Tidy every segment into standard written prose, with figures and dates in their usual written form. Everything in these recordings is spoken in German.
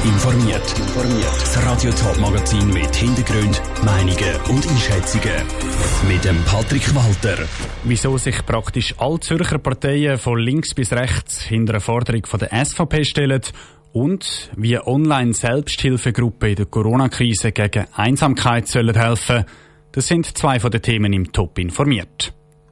informiert. Das Radio Top Magazin mit Hintergrund, Meinungen und Einschätzungen. Mit dem Patrick Walter. Wieso sich praktisch alle Zürcher Parteien von links bis rechts hinter einer Forderung von der SVP stellen und wie Online-Selbsthilfegruppen in der Corona-Krise gegen Einsamkeit sollen helfen, das sind zwei von den Themen im Top informiert.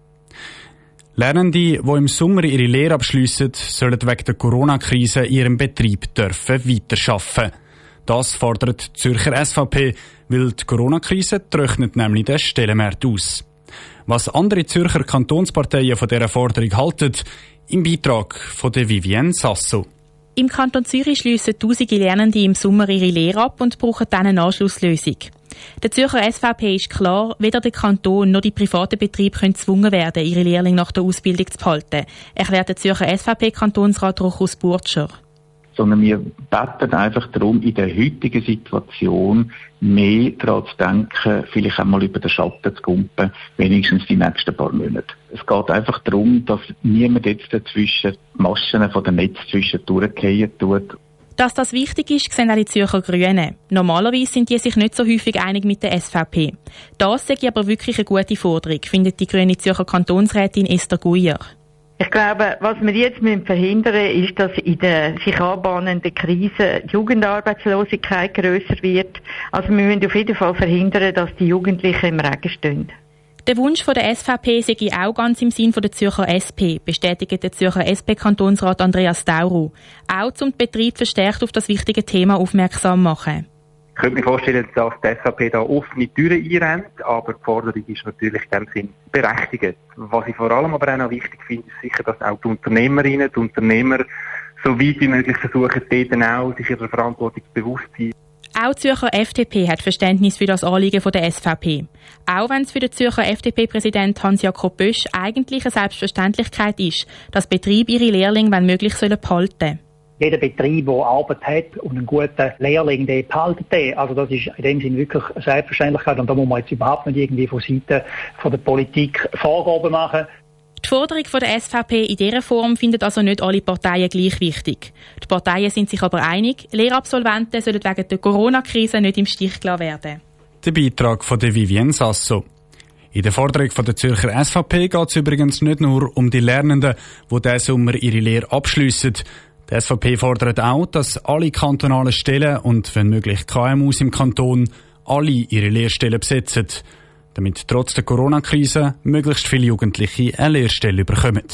Lernende, die im Sommer ihre Lehre abschliessen, sollen wegen der Corona-Krise in ihrem Betrieb dürfen weiterarbeiten. Das fordert die Zürcher SVP, weil die Corona-Krise trocknet nämlich den Stellenmarkt aus. Was andere Zürcher Kantonsparteien von dieser Forderung halten, im Beitrag von der Vivienne Sasso. Im Kanton Zürich schliessen tausende Lernende im Sommer ihre Lehre ab und brauchen dann eine Anschlusslösung. Der Zürcher SVP ist klar, weder der Kanton noch die privaten Betriebe können gezwungen werden, ihre Lehrlinge nach der Ausbildung zu behalten, erklärt der Zürcher SVP-Kantonsrat Rochus Burtscher. Sondern wir beten einfach darum, in der heutigen Situation mehr daran zu denken, vielleicht einmal über den Schatten zu kumpen, wenigstens die nächsten paar Monate. Es geht einfach darum, dass niemand jetzt dazwischen die Maschen von den Netz zwischendurch fallen tut. Dass das wichtig ist, sehen auch die Zürcher Grünen. Normalerweise sind die sich nicht so häufig einig mit der SVP. Das sei aber wirklich eine gute Forderung, findet die grüne Zürcher Kantonsrätin Esther Guyer. Ich glaube, was wir jetzt verhindern müssen, ist, dass in der sich anbahnenden Krise die Jugendarbeitslosigkeit grösser wird. Also wir müssen auf jeden Fall verhindern, dass die Jugendlichen im Regen stehen. Der Wunsch von der SVP sei auch ganz im Sinn von der Zürcher SP, bestätigt der Zürcher SP-Kantonsrat Andreas Dauru. Auch um den Betrieb verstärkt auf das wichtige Thema aufmerksam machen. Ich könnte mir vorstellen, dass die SVP da offene Türen einrennt, aber die Forderung ist natürlich in dem Sinn berechtigt. Was ich vor allem aber auch noch wichtig finde, ist sicher, dass auch die Unternehmerinnen, die Unternehmer so weit wie möglich versuchen, dort auch sich ihrer Verantwortung bewusst zu sein. Auch die Zürcher FDP hat Verständnis für das Anliegen von der SVP. Auch wenn es für den Zürcher FDP-Präsident Hans-Jakob Bösch eigentlich eine Selbstverständlichkeit ist, dass Betriebe ihre Lehrlinge, wenn möglich, behalten sollen. Jeder Betrieb, der Arbeit hat und einen guten Lehrling, der behaltet den. Also das ist in dem Sinne wirklich eine Selbstverständlichkeit und da muss man jetzt überhaupt nicht irgendwie von Seiten von der Politik Vorgaben machen. Die Forderung von der SVP in dieser Form findet also nicht alle Parteien gleich wichtig. Die Parteien sind sich aber einig, Lehrabsolventen sollen wegen der Corona-Krise nicht im Stich gelassen werden. Der Beitrag von der Vivienne Sasso. In der Forderung von der Zürcher SVP geht es übrigens nicht nur um die Lernenden, die diesen Sommer ihre Lehre abschliessen. Die SVP fordert auch, dass alle kantonalen Stellen und, wenn möglich, KMUs im Kanton alle ihre Lehrstellen besetzen, damit trotz der Corona-Krise möglichst viele Jugendliche eine Lehrstelle bekommen.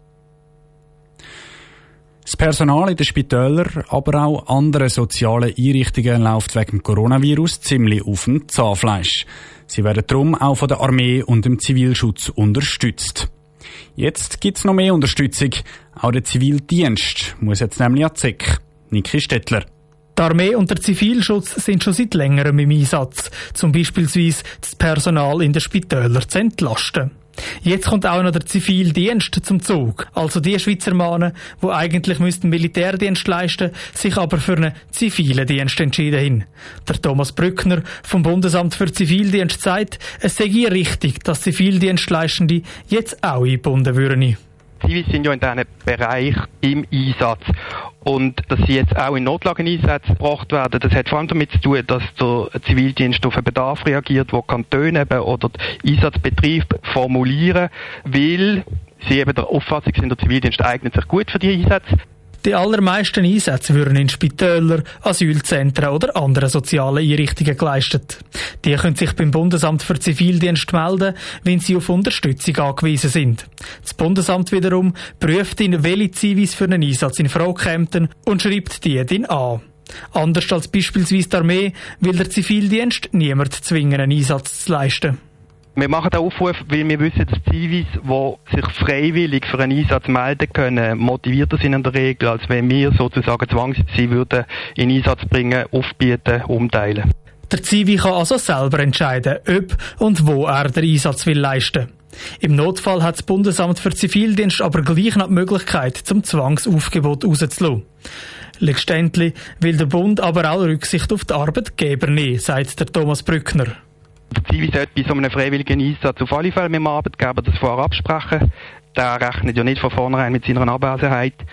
Das Personal in den Spitälern, aber auch anderen sozialen Einrichtungen läuft wegen dem Coronavirus ziemlich auf dem Zahnfleisch. Sie werden darum auch von der Armee und dem Zivilschutz unterstützt. Jetzt gibt es noch mehr Unterstützung. Auch der Zivildienst muss jetzt nämlich an die ZEC. Niki Stettler. Die Armee und der Zivilschutz sind schon seit längerem im Einsatz, zum beispielsweise das Personal in den Spitälern zu entlasten. Jetzt kommt auch noch der Zivildienst zum Zug, also die Schweizer Männer, die eigentlich Militärdienst leisten, sich aber für einen zivilen Dienst entschieden haben. Der Thomas Brückner vom Bundesamt für Zivildienst sagt, es sei richtig, dass Zivildienstleistende jetzt auch eingebunden würden. Zivis sind ja in diesem Bereich im Einsatz. Und dass sie jetzt auch in Notlageneinsätze gebracht werden, das hat vor allem damit zu tun, dass der Zivildienst auf einen Bedarf reagiert, wo Kantone eben oder die Einsatzbetriebe formulieren, weil sie eben der Auffassung sind, der Zivildienst eignet sich gut für die Einsätze. Die allermeisten Einsätze würden in Spitäler, Asylzentren oder anderen sozialen Einrichtungen geleistet. Die können sich beim Bundesamt für Zivildienst melden, wenn sie auf Unterstützung angewiesen sind. Das Bundesamt wiederum prüft, welche Zivis für einen Einsatz in Frage kämen und schreibt die dann an. Anders als beispielsweise die Armee will der Zivildienst niemand zwingen, einen Einsatz zu leisten. Wir machen den Aufruf, weil wir wissen, dass Zivis, die sich freiwillig für einen Einsatz melden können, motivierter sind in der Regel, als wenn wir sozusagen zwangs sie würden in Einsatz bringen, aufbieten, umteilen. Der Zivi kann also selber entscheiden, ob und wo er den Einsatz will leisten. Im Notfall hat das Bundesamt für Zivildienst aber gleich noch die Möglichkeit, zum Zwangsaufgebot rauszulassen. Letztendlich will der Bund aber auch Rücksicht auf die Arbeitgeber nehmen, sagt der Thomas Brückner. Der Zivi sollte bei so einem freiwilligen Einsatz auf alle Fälle mit dem Arbeitgeber das vorher absprechen. Der rechnet ja nicht von vornherein mit seiner Anwesenheit.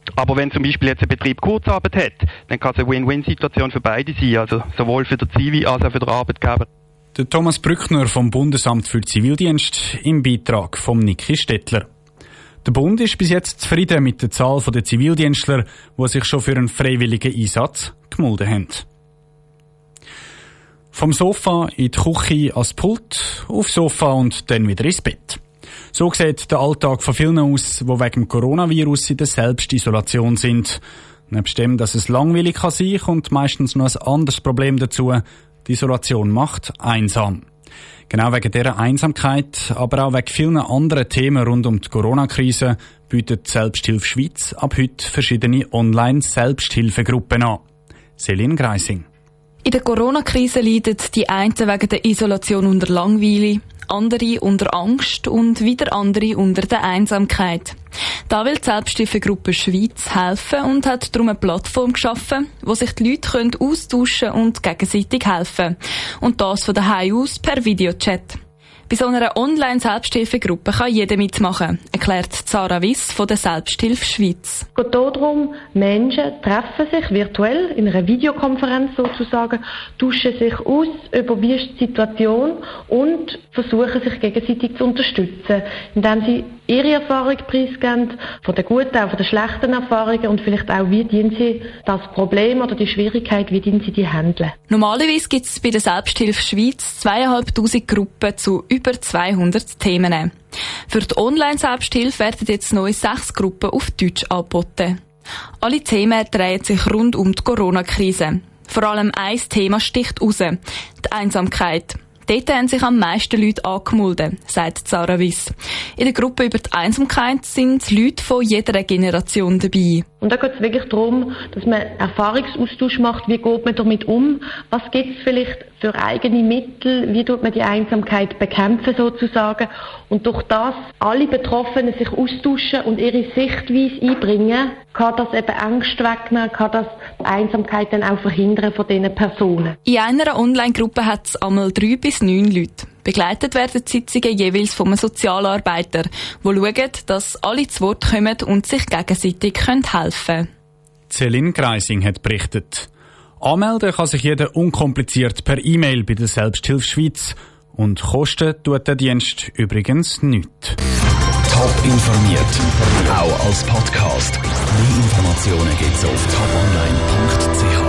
Aber wenn zum Beispiel jetzt ein Betrieb Kurzarbeit hat, dann kann es eine Win-Win-Situation für beide sein, also sowohl für den Zivi als auch für den Arbeitgeber. Der Thomas Brückner vom Bundesamt für Zivildienst im Beitrag von Niki Stettler. Der Bund ist bis jetzt zufrieden mit der Zahl der Zivildienstler, die sich schon für einen freiwilligen Einsatz gemeldet haben. Vom Sofa in die Küche ans Pult, aufs Sofa und dann wieder ins Bett. So sieht der Alltag von vielen aus, die wegen dem Coronavirus in der Selbstisolation sind. Nebst dem, dass es langweilig kann sein, kommt meistens noch ein anderes Problem dazu. Die Isolation macht einsam. Genau wegen dieser Einsamkeit, aber auch wegen vielen anderen Themen rund um die Corona-Krise bietet die Selbsthilfe Schweiz ab heute verschiedene Online-Selbsthilfegruppen an. Selin Greising. In der Corona-Krise leiden die einen wegen der Isolation unter Langweile, andere unter Angst und wieder andere unter der Einsamkeit. Da will die Selbsthilfegruppe Schweiz helfen und hat darum eine Plattform geschaffen, wo sich die Leute austauschen und gegenseitig helfen. Und das von daheim aus per Videochat. Bei so einer Online-Selbsthilfegruppe kann jeder mitmachen, erklärt Sarah Wiss von der Selbsthilfe Schweiz. Es geht darum, Menschen treffen sich virtuell in einer Videokonferenz sozusagen, tauschen sich aus über wie ist die Situation und versuchen sich gegenseitig zu unterstützen, indem sie ihre Erfahrung preisgeben, von den guten, auch von den schlechten Erfahrungen und vielleicht auch, wie dienen sie das Problem oder die Schwierigkeit, wie dienen sie die handeln. Normalerweise gibt es bei der Selbsthilfe Schweiz 2500 Gruppen zu über 200 Themen. Für die Online-Selbsthilfe werden jetzt neu 6 Gruppen auf Deutsch angeboten. Alle Themen drehen sich rund um die Corona-Krise. Vor allem ein Thema sticht raus: die Einsamkeit. Dort haben sich am meisten Leute angemeldet, sagt Sarah Wiss. In der Gruppe über die Einsamkeit sind Leute von jeder Generation dabei. Und da geht es wirklich darum, dass man Erfahrungsaustausch macht, wie geht man damit um, was gibt es vielleicht für eigene Mittel, wie tut man die Einsamkeit bekämpfen sozusagen. Und durch das alle Betroffenen sich austauschen und ihre Sichtweise einbringen, kann das eben Angst wegnehmen, kann das die Einsamkeit dann auch verhindern von diesen Personen. In einer Online-Gruppe hat es einmal 3 bis 9 Leute. Begleitet werden die Sitzungen jeweils von einem Sozialarbeiter, der schaut, dass alle zu Wort kommen und sich gegenseitig helfen können. Selin Greising hat berichtet. Anmelden kann sich jeder unkompliziert per E-Mail bei der Selbsthilfe Schweiz. Und kosten tut der Dienst übrigens nichts. Top informiert, auch als Podcast. Mehr Informationen gibt's auf toponline.ch.